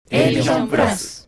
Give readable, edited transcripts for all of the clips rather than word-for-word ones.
A ビジョンプラス。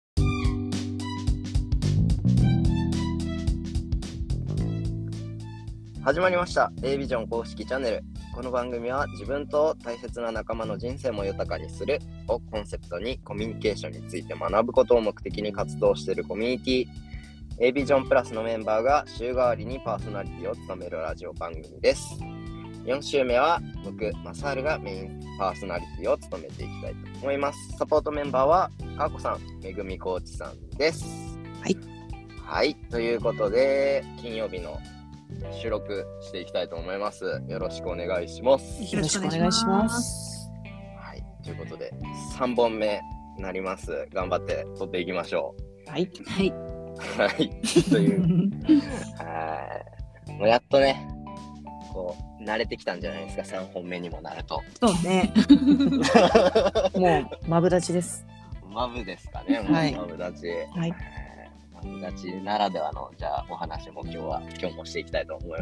始まりました A ビジョン公式チャンネル。この番組は自分と大切な仲間の人生も豊かにするをコンセプトにコミュニケーションについて学ぶことを目的に活動しているコミュニティ A ビジョンプラスのメンバーが週替わりにパーソナリティを務めるラジオ番組です。4週目は僕、マサールがメインパーソナリティを務めていきたいと思います。サポートメンバーはかーこさん、めぐみコーチさんです。はい、ということで金曜日の収録していきたいと思います。よろしくお願いします。 よろしくお願いします。 はい、ということで3本目になります。頑張って撮っていきましょう。はいというもうやっとねこう慣れてきたんじゃないですか。3本目にもなると。 そうねもうマブダチです。 マブですかね。 はい、 マブダチ。 はい、 マブダチならではのじゃあお話も今日もしていきたいと思います。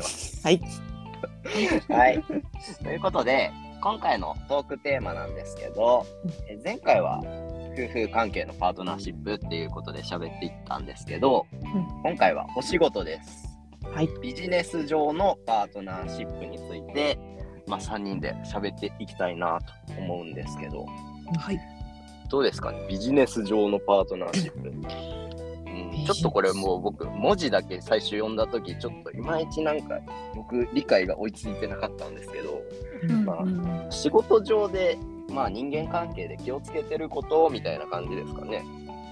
はいはいということで今回のトークテーマなんですけど、前回は夫婦関係のパートナーシップっていうことで喋っていったんですけど、今回はお仕事です。 はい、 ビジネス上のパートナーシップについて、3人で喋っていきたいなと思うんですけど、 はい、 どうですかね、ビジネス上のパートナーシップ。ちょっとこれもう僕文字だけ最初読んだ時ちょっといまいちなんか僕理解が追いついてなかったんですけど、仕事上で人間関係で気をつけてることみたいな感じですかね。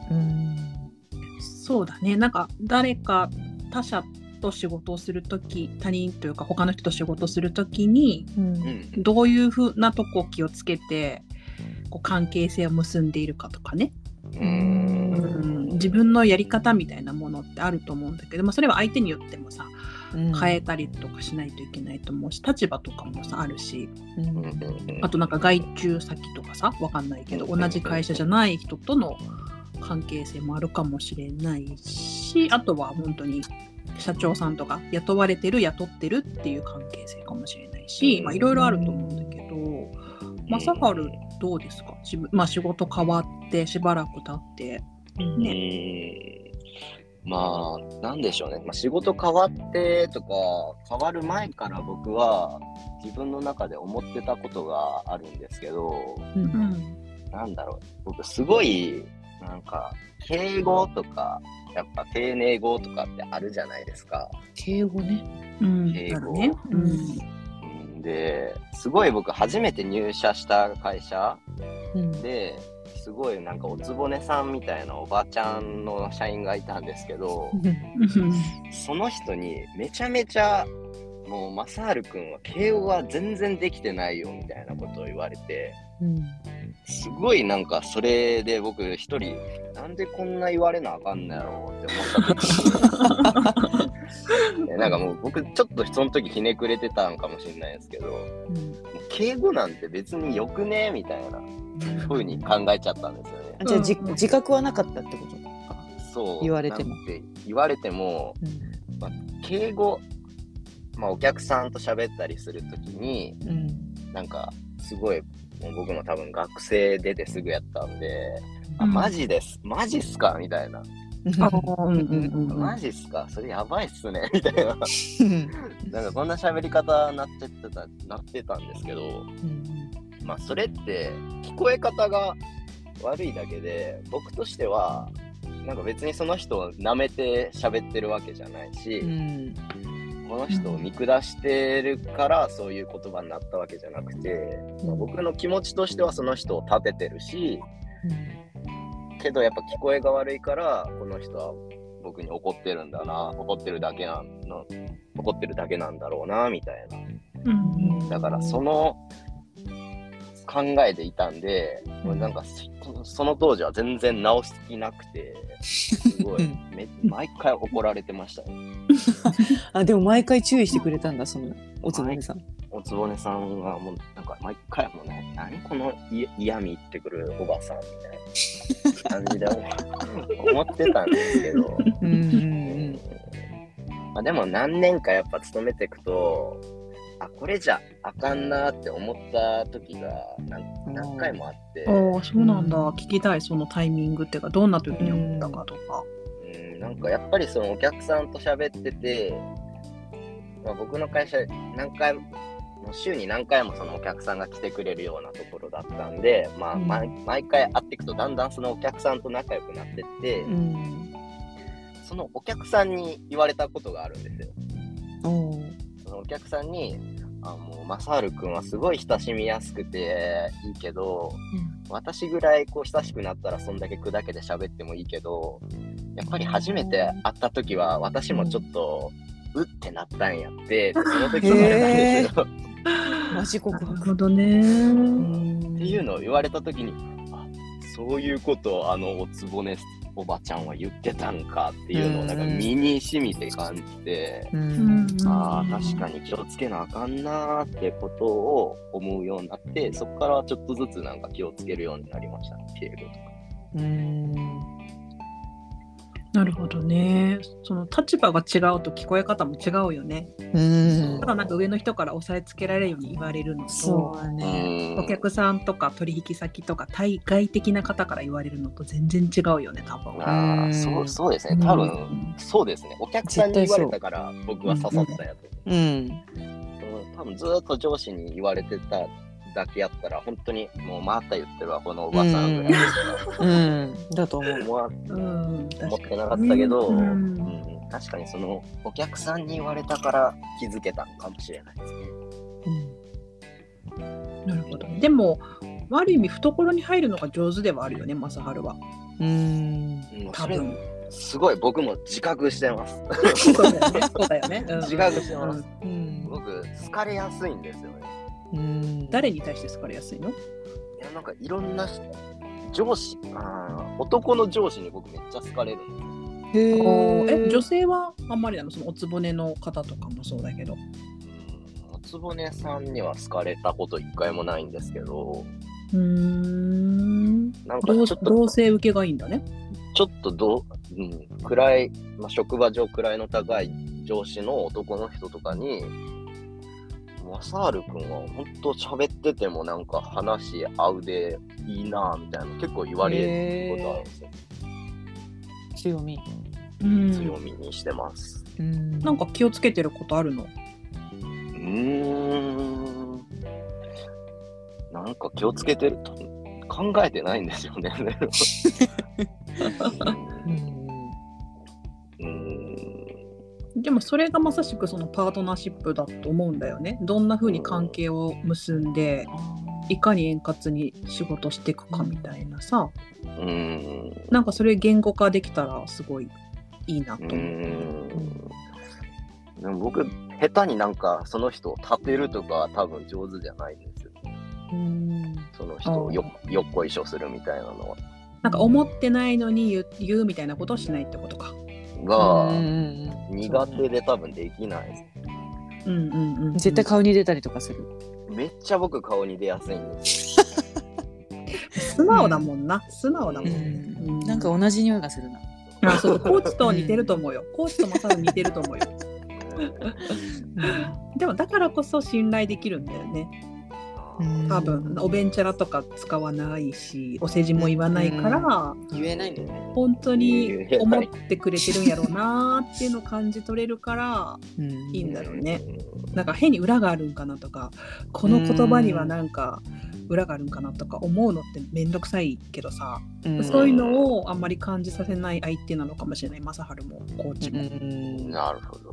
そうだね。なんか誰か他者と仕事をするとき、他人というか他の人と仕事をするときに、どういうふうなとこを気をつけてこう関係性を結んでいるかとかね。自分のやり方みたいなものってあると思うんだけど、それは相手によってもさ、変えたりとかしないといけないと思うし、立場とかもさあるし、あとなんか外注先とかさ、わかんないけど同じ会社じゃない人との関係性もあるかもしれないし、あとは本当に社長さんとか雇ってるっていう関係性かもしれないし、いろいろあると思うんだけど、マサハルどうですか？仕事変わってしばらく経ってね。 なんでしょうね。仕事変わってとか変わる前から僕は自分の中で思ってたことがあるんですけど、なんだろう。僕すごいなんか敬語とかやっぱ丁寧語とかってあるじゃないですか。 敬語ね。 敬語ね。ですごい僕初めて入社した会社ですごいなんかおつぼねさんみたいなおばちゃんの社員がいたんですけどその人にめちゃめちゃもうマサール君は敬語が全然できてないよみたいなことを言われて、すごいなんかそれで僕一人なんでこんな言われなあかんのやろうって思ったなんかもう僕ちょっとその時ひねくれてたんかもしれないですけど、もう敬語なんて別によくねみたいな風に考えちゃったんですよね。 じゃあ自覚はなかったってこと？ そう言われても、敬語、お客さんと喋ったりするときに、なんかすごいもう僕も多分学生出てすぐやったんで、マジっすかみたいな。マジっすかそれやばいっすねみたいななんかこんな喋り方なってたんですけど、それって聞こえ方が悪いだけで、僕としてはなんか別にその人を舐めて喋ってるわけじゃないし、この人を見下してるからそういう言葉になったわけじゃなくて、僕の気持ちとしてはその人を立ててるし、けどやっぱ聞こえが悪いからこの人は僕に怒ってるだけなんだろうなみたいな、だからその考えでいたんで、もうなんかその当時は全然直す気なくて、すごい毎回怒られてましたねでも毎回注意してくれたんだ、そのおつぼねさん。 おつぼねさんがもうなんか毎回もね、何この嫌味言ってくるおばさんみたいな感じで思ってたんですけどでも何年かやっぱ勤めていくとこれじゃあかんなって思った時が何回もあって。 そうなんだ。聞きたい、そのタイミングっていうか、どんな時に思ったかとか。 なんかやっぱりそのお客さんと喋ってて、僕の会社週に何回もそのお客さんが来てくれるようなところだったんで、毎回会っていくとだんだんそのお客さんと仲良くなってって、そのお客さんに言われたことがあるんですよ。そのお客さんにもう正治君はすごい親しみやすくていいけど、私ぐらいこう親しくなったらそんだけ砕けて喋ってもいいけど、やっぱり初めて会った時は私もちょっとうってなったんやってその時言われたんですよ。 マジ告白。 なるほどね。 っていうのを言われた時に、そういうことをおつぼねおばちゃんは言ってたんかっていうのをなんか身に染みて感じて、確かに気をつけなあかんなーってことを思うようになって、そこからちょっとずつなんか気をつけるようになりましたね、敬語とか。 なるほどね。その立場が違うと聞こえ方も違うよね。ただなんか上の人から押さえつけられるように言われるのと、お客さんとか取引先とか対外的な方から言われるのと全然違うよね、多分。 そうですね。多分そうですね。お客さんに言われたから僕は刺さったやつ。多分ずっと上司に言われてただけやったら本当にもうまた言ってるわこのおばさんぐらいだと思う。 思ってなかったけど、確かにそのお客さんに言われたから気づけたのかもしれないですね。 なるほど。でもある意味懐に入るのが上手ではあるよね、正治は。 多分すごい僕も自覚してます。 そうだよね。 自覚してます。僕好かれやすいんですよね。 誰に対して好かれやすいの？ なんかいろんな上司、男の上司に僕めっちゃ好かれるんです。女性はあんまりなの？そのおつぼねの方とかもそうだけど。 おつぼねさんには好かれたこと一回もないんですけど。 なんかちょっと同性受けがいいんだね。 ちょっと位、職場上位の高い上司の男の人とかに、正治君は本当喋っててもなんか話合うでいいなみたいな結構言われることあるんですよ。 強みにしてます。 なんか気をつけてることあるの？ なんか気をつけてると考えてないんですよね。 でもそれがまさしくそのパートナーシップだと思うんだよね。どんな風に関係を結んでいかに円滑に仕事していくかみたいなさ、なんかそれ言語化できたらすごいいいなと思う。 でも僕下手になんかその人を立てるとか多分上手じゃないんですよ。その人をよっこいしょするみたいなのは。なんか思ってないのに言うみたいなことをしないってことか。 が苦手で多分できない。 絶対顔に出たりとかする。 めっちゃ僕顔に出やすいんです。 素直だもんな。 なんか同じ匂いがするな。 そうコーチと似てると思うよ。コーチとまさに似てると思うよ。でもだからこそ信頼できるんだよね。多分おべんちゃらとか使わないしお世辞も言わないから言えないんだよね。 本当に思ってくれてるんやろうなっていうのを感じ取れるからいいんだろうね。なんか変に裏があるんかなとかこの言葉にはなんか裏があるんかなとか思うのってめんどくさいけどさ、そういうのをあんまり感じさせない相手なのかもしれない。正治もコーチも。 なるほど。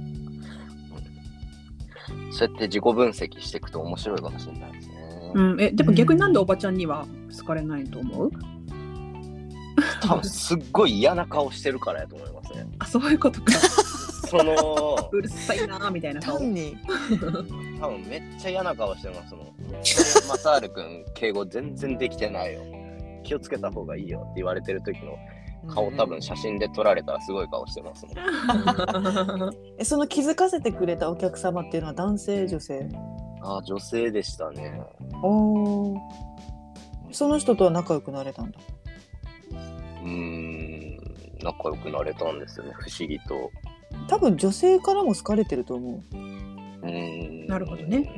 そうやって自己分析していくと面白いかもしれないですね。 でも逆になんでおばちゃんには好かれないと思う？ 多分すっごい嫌な顔してるからやと思いますね。 そういうことか。 うるさいなみたいな顔。 多分めっちゃ嫌な顔してます。正治君敬語全然できてないよ。気をつけた方がいいよって言われてる時の顔多分写真で撮られたらすごい顔してますもん。 その気づかせてくれたお客様っていうのは男性女性？ 女性でしたね。 その人とは仲良くなれたんだ。 仲良くなれたんですよね、不思議と。 多分女性からも好かれてると思う。 なるほどね。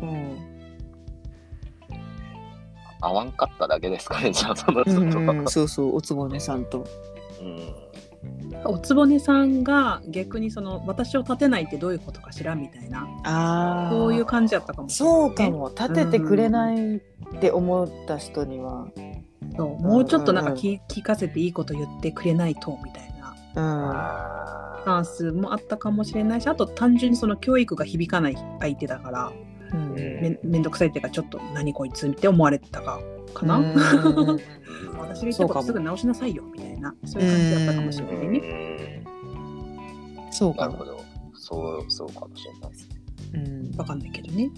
合わんかっただけですかね、じゃあそのそうそう、おつぼねさんと。 おつぼねさんが逆にその私を立てないってどういうことかしらみたいな、そういう感じだったかもしれない、ね。 そうかも、立ててくれないって思った人には、 そうもうちょっとなんか聞かせていいこと言ってくれないとみたいなスタンスもあったかもしれないし、あと単純にその教育が響かない相手だから、めんどくさいっていうかちょっと何こいつって思われてたかな。私が言ったことすぐ直しなさいよみたいな、そういう感じだったかもしれないね。 そうか。 なるほど。そうかもしれないですね。 わかんないけどね。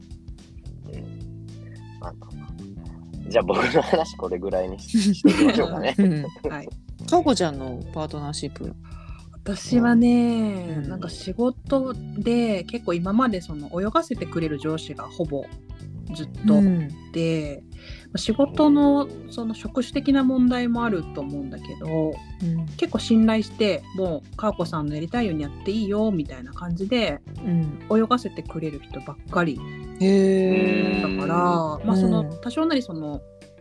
じゃあ僕の話これぐらいにしていきましょうかね。 はい。 かこちゃんのパートナーシップ。 私はね、なんか仕事で結構今までその泳がせてくれる上司がほぼずっとで、仕事のその職種的な問題もあると思うんだけど、結構信頼してもうかーこさんのやりたいようにやっていいよみたいな感じで、泳がせてくれる人ばっかりだから、その多少なりその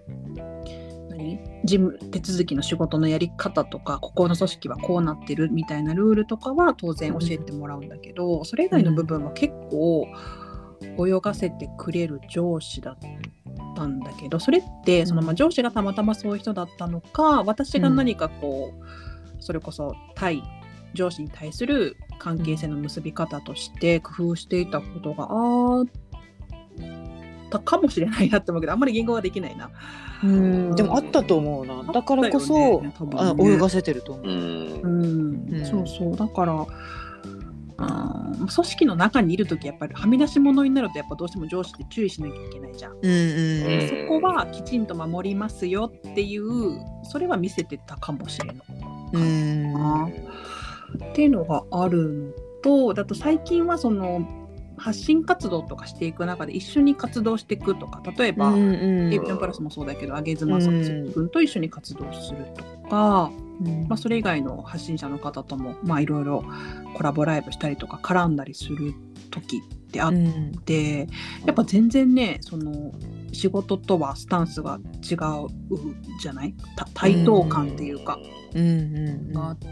事務手続きの仕事のやり方とか、ここの組織はこうなってるみたいなルールとかは当然教えてもらうんだけど、それ以外の部分は結構泳がせてくれる上司だったんだけど、それってその上司がたまたまそういう人だったのか、私が何かこうそれこそ対上司に対する関係性の結び方として工夫していたことがあったかもしれないなって思うけど、あんまり言語ができないな。 でもあったと思うな。だからこそ、泳がせてると思う。 そうそうだから組織の中にいるときやっぱりはみ出し物になるとやっぱどうしても上司って注意しなきゃいけないじゃん。そこはきちんと守りますよっていうそれは見せてたかもしれないっていうのがあるのと、だと最近はその発信活動とかしていく中で一緒に活動していくとか、例えばエビナプラスもそうだけどあげずまさつくんと一緒に活動するとか、それ以外の発信者の方ともいろいろコラボライブしたりとか絡んだりする時ってあって、やっぱ全然ねその仕事とはスタンスが違うじゃない、対等感っていうかがあって、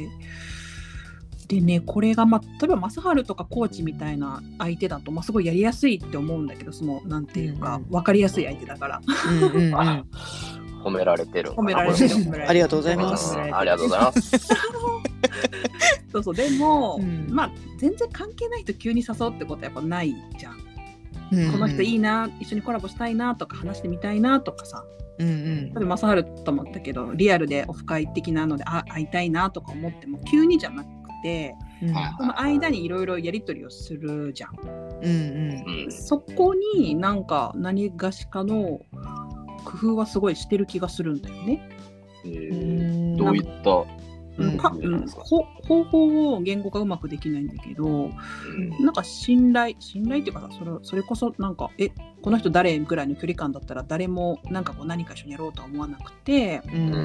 でね、これが例えば正治とかコーチみたいな相手だとすごいやりやすいって思うんだけど、そのなんていうか分かりやすい相手だから褒められてる。 褒められてる。 ありがとうございます。 ありがとうございます。 そうでも、全然関係ないと急に誘うってことはやっぱないじゃん。この人いいな、一緒にコラボしたいなとか話してみたいなとかさ。正治と思ったけどリアルでオフ会的なので会いたいなとか思っても急にじゃなくて、その間にいろいろやり取りをするじゃん。そこになんか何がしかの工夫はすごいしてる気がするんだよね。 どういった方法を言語がうまくできないんだけど、なんか信頼っていうかさ、それこそなんかこの人誰ぐらいの距離感だったら誰もなんかこう何か一緒にやろうとは思わなくて、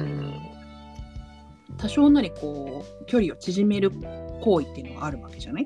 多少なりこう距離を縮める行為っていうのがあるわけじゃない。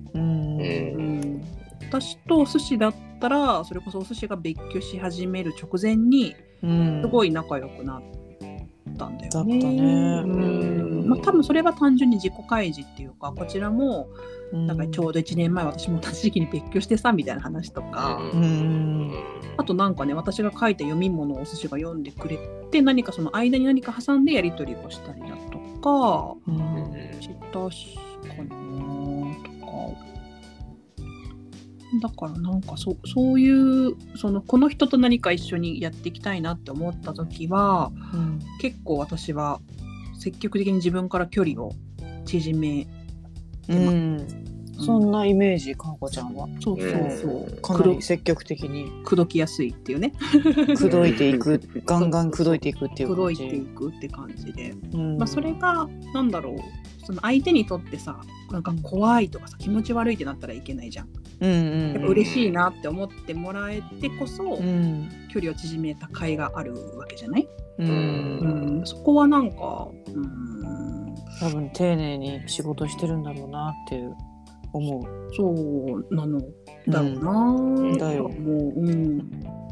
私と寿司だったらそれこそお寿司が別居し始める直前にすごい仲良くなったんだよね。多分それは単純に自己開示っていうか、こちらもなんかちょうど1年前私も同じ時期に別居してさみたいな話とか、あとなんかね私が書いた読み物をお寿司が読んでくれて、何かその間に何か挟んでやり取りをしたりだとかしたしかなとか。だからなんかそういうこの人と何か一緒にやっていきたいなって思った時は、結構私は積極的に自分から距離を縮めてます。 そんなイメージ、かんこちゃんは。そうかなり積極的に口説きやすいっていうね。 口説いていく、ガンガン口説いていくっていう感じ。 口説いていくって感じで、それがなんだろう、その相手にとってさ、なんか怖いとかさ気持ち悪いってなったらいけないじゃん。やっぱ嬉しいなって思ってもらえてこそ、距離を縮めた甲斐があるわけじゃない。そこはなんか多分丁寧に仕事してるんだろうなっていう。 思う。そうなのだろうな、 だよ。 もう、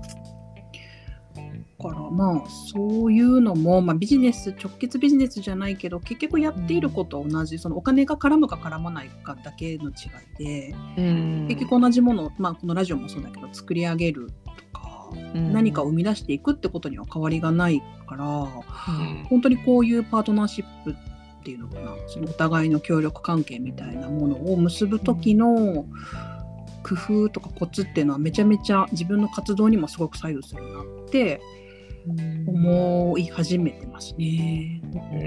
だからまあそういうのも、ビジネス直結ビジネスじゃないけど結局やっていることは同じ、そのお金が絡むか絡まないかだけの違いで、結局同じものを、このラジオもそうだけど作り上げるとか、何かを生み出していくってことには変わりがないから、本当にこういうパートナーシップっていうのかな、そのお互いの協力関係みたいなものを結ぶ時の工夫とかコツっていうのはめちゃめちゃ自分の活動にもすごく左右するなって思い始めてますね。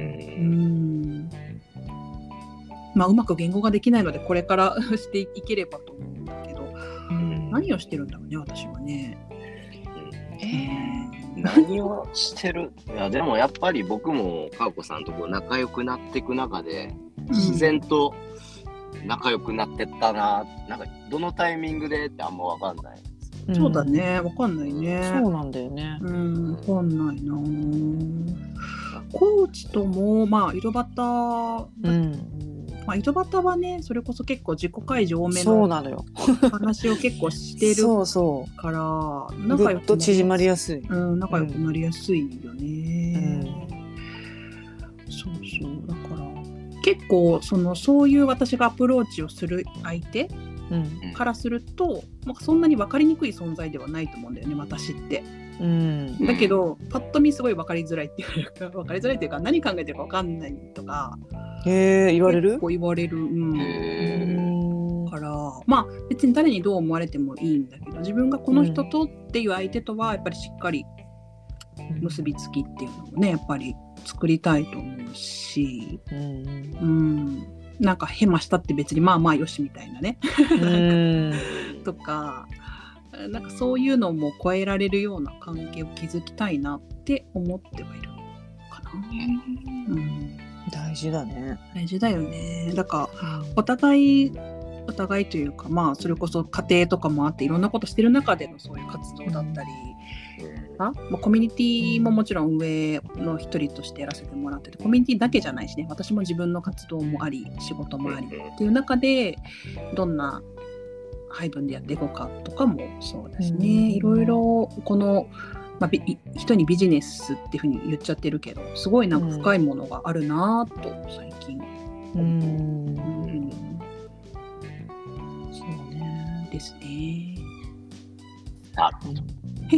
うまく言語ができないのでこれからしていければと思うんだけど、何をしてるんだろうね私はね。 何をしてる？いやでもやっぱり僕もかおこさんとこう仲良くなっていく中で自然と仲良くなってったな、なんかどのタイミングでってあんま分かんない。 そうだね、分かんないね。 そうなんだよね。 分かんないな。コーチとも井戸端、井戸端はねそれこそ結構自己開示多めの話を結構してるから仲良く縮まりやすい、 仲良くなりやすいよね。そうだから結構そういう私がアプローチをする相手からすると、そんなに分かりにくい存在ではないと思うんだよね私って。だけどパッと見すごい分かりづらいっていうか分かりづらいっていうか何考えてるか分かんないとか言われる？ 結構言われる。から別に誰にどう思われてもいいんだけど自分がこの人とっていう相手とはやっぱりしっかり結びつきっていうのをねやっぱり作りたいと思うし、なんかヘマしたって別によしみたいなねとかなんかそういうのも超えられるような関係を築きたいなって思ってはいるかな。 大事だね。 大事だよね。だからお互いというかそれこそ家庭とかもあっていろんなことしてる中でのそういう活動だったり、コミュニティももちろん運営の一人としてやらせてもらっててコミュニティだけじゃないしね私も自分の活動もあり仕事もありっていう中でどんな配分でやっていこうかとかもそうだしね、いろいろこの、人にビジネスっていうふうに言っちゃってるけどすごいなんか深いものがあるなと最近そうねですね。 なるほど。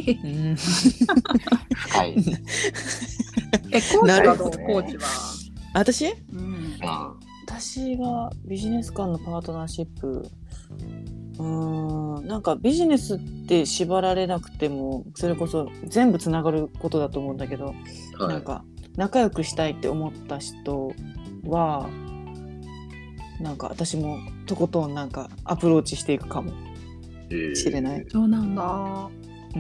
深い。 コーチはどう？コーチは私？私がビジネス間のパートナーシップなんかビジネスって縛られなくてもそれこそ全部つながることだと思うんだけど、なんか仲良くしたいって思った人はなんか私もとことんなんかアプローチしていくかもしれない。 そうなんだ。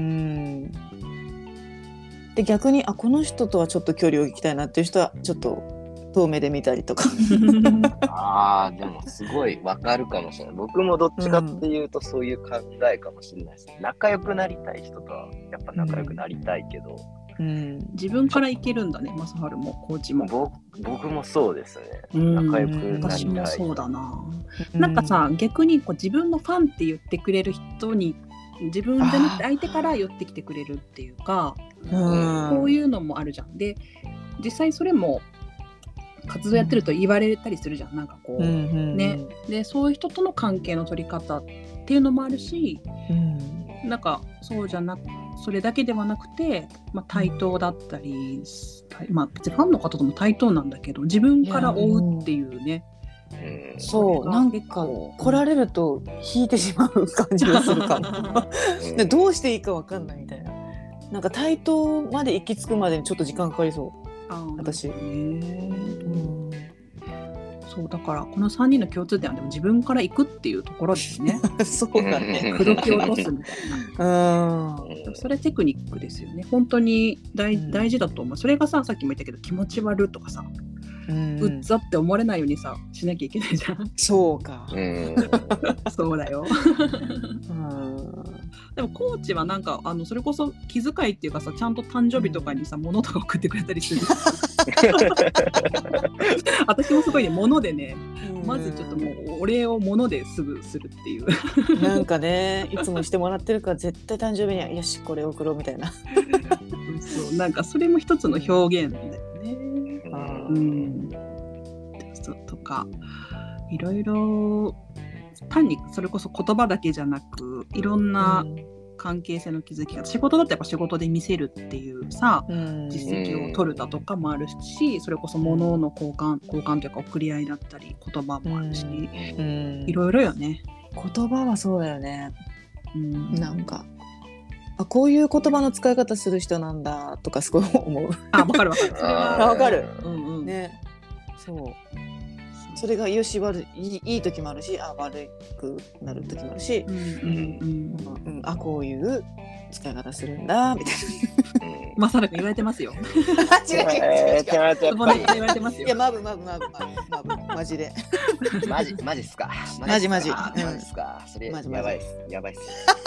で逆にこの人とはちょっと距離を置きたいなっていう人はちょっと遠目で見たりとかでもすごいわかるかもしれない。僕もどっちかっていうとそういう考えかもしれないです、仲良くなりたい人とはやっぱ仲良くなりたいけど、 自分からいけるんだね正治もコーチも。 僕もそうですね。仲良くなりたい。 私もそうだな。なんかさ逆に自分のファンって言ってくれる人に自分じゃなくて相手から寄ってきてくれるっていうかこういうのもあるじゃん。で実際それも活動やってると言われたりするじゃん。なんかこう、ね。でそういう人との関係の取り方っていうのもあるし、なんかそうじゃなくそれだけではなくて、対等だったり、別にファンの方とも対等なんだけど自分から追うっていうね。 そうなんか来られると引いてしまう感じがするかもでどうしていいか分かんないみたいな。なんか対等まで行き着くまでにちょっと時間かかりそう。私そうだからこの3人の共通点はでも自分から行くっていうところですね。 そうだね。 口説き落とすみたいな。それテクニックですよね。本当に大事だと思う。それがさっきも言ったけど気持ち悪とかさ、うっざって思われないようにさしなきゃいけないじゃん。 そうか。 そうだよ。でもコーチはなんかそれこそ気遣いっていうかさちゃんと誕生日とかにさ物とか送ってくれたりする。 私もすごいね、物でね、まずちょっともうお礼を物ですぐするっていう。 なんかね、いつもしてもらってるから絶対誕生日にはよしこれ送ろうみたいな。 そう、なんかそれも一つの表現だよね。とかいろいろ単にそれこそ言葉だけじゃなくいろんな関係性の築き方、仕事だってやっぱ仕事で見せるっていうさ、実績を取るだとかもあるし、それこそ物の交換というか送り合いだったり言葉もあるし、いろいろよね。 言葉はそうだよね。なんかこういう言葉の使い方する人なんだとかすごい思う。 わかるわかる。 それはわかる。ね、そう。それがよし悪いいい時もあるし、悪くなる時もあるし、こういう使い方するんだみたいな。 まさらく言われてますよ。 違う。 言われてますよ。 いやマブマジで。 マジっすか。 マジ。 マジっすか。それやばいっす。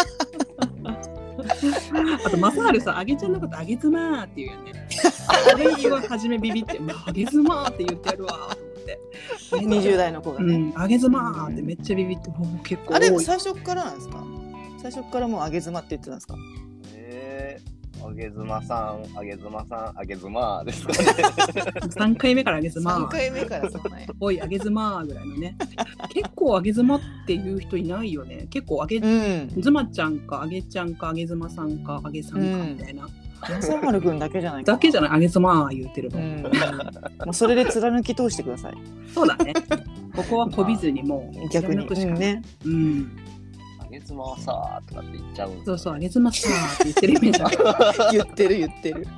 あとマサハルさ、あげちゃんのことあげずまーって言うよね。あれすごい初めビビって、あげずまーって言ってやるわと思って。 20代の子がね、 あげずまーってめっちゃビビって、結構多い。 あれも最初からなんですか？最初からもうあげずまって言ってたんですか？ あげずまさん、あげずまですかね。 3回目からあげずま 3回目からそうね。 おいあげずまぐらいのね。結構あげずまっていう人いないよね。結構ずまちゃんかあげちゃんかあげずまさんかあげさんかみたいな。 まさはるくんだけじゃないか。 だけじゃない、あげずま言うてるの。 もうそれで貫き通してください。 そうだね。ここはこびずにもう逆にね。 あげずまさーとかって言っちゃうんですよ。そうあげずまさーって言ってるイメージある。 言ってる。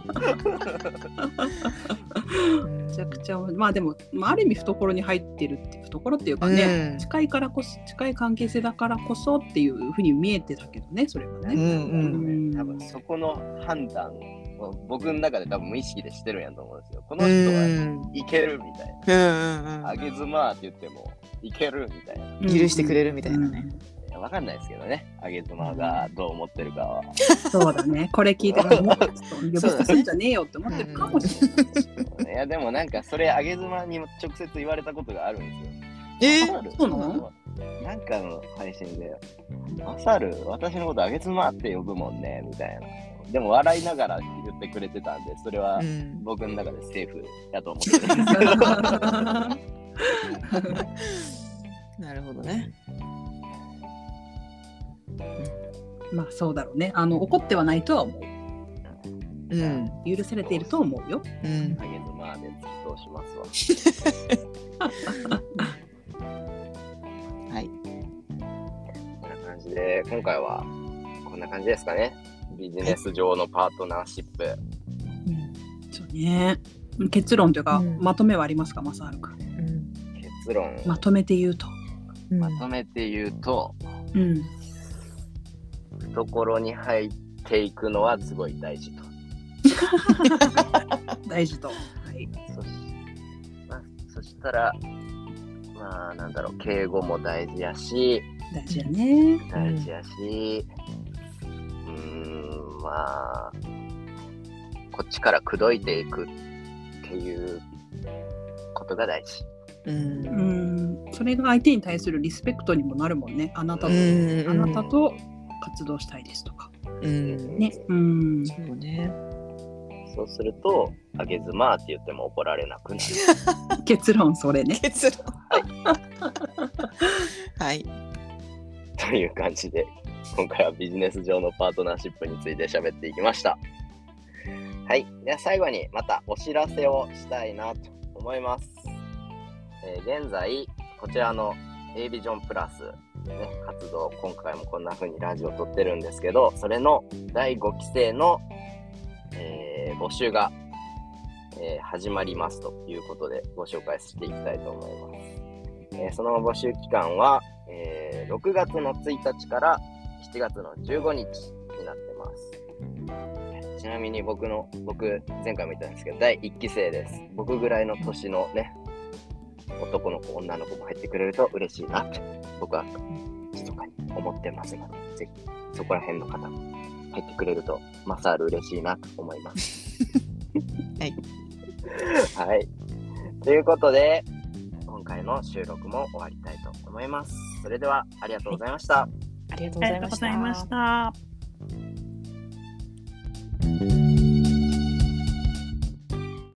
めちゃくちゃでも、ある意味懐に入ってるって懐っていうかね、近い関係性だからこそっていうふうに見えてたけどね、それはね。 多分そこの判断を僕の中で多分無意識でしてるんやと思うんですよ。この人はいけるみたいな。あげずまーって言ってもいけるみたいな。 許してくれるみたいなね。 わかんないですけどね、あげずまがどう思ってるかは。 そうだね、これ聞いても呼び捨てするんじゃねえよって思ってるかもしれない。 いやでもなんかそれあげずまに直接言われたことがあるんですよ。 そうなの？ なんかの配信で、マサル、私のことあげずまって呼ぶもんねみたいな。でも笑いながら言ってくれてたんで、それは僕の中でセーフだと思ってるんですけど。 なるほどね。 まあそうだろうね。怒ってはないとは思う。許されていると思うよ。 あげずまでどうしますわ。 はい。 こんな感じで今回はこんな感じですかね。ビジネス上のパートナーシップ。 そうね。結論というか、まとめはありますか、マサハル君。 結論。 まとめて言うと。 懐に入っていくのはすごい大事と。 大事と。はい。 そしたら、なんだろう、敬語も大事やし。 大事やね。 大事やし、こっちから口説いていくっていうことが大事。 それが相手に対するリスペクトにもなるもんね。あなたと活動したいですとか。ね。 そうね。 そうすると、あげずまって言っても怒られなくなる。 結論それね。 結論。はい。 という感じで、今回はビジネス上のパートナーシップについて喋っていきました。はい。では最後にまたお知らせをしたいなと思います。現在、こちらの A ビジョンプラス、活動、今回もこんな風にラジオを撮ってるんですけど、それの第5期生の、募集が、始まりますということでご紹介していきたいと思います。その募集期間は、6月の1日から7月の15日になってます。ちなみに僕前回も言ったんですけど、第1期生です。僕ぐらいの年のね、男の子、女の子も入ってくれると嬉しいなって僕は密かに思ってますので、ぜひそこら辺の方も入ってくれるとマサール嬉しいなと思います。 はい。 はい。ということで、今回の収録も終わりたいと思います。それではありがとうございました。 ありがとうございました。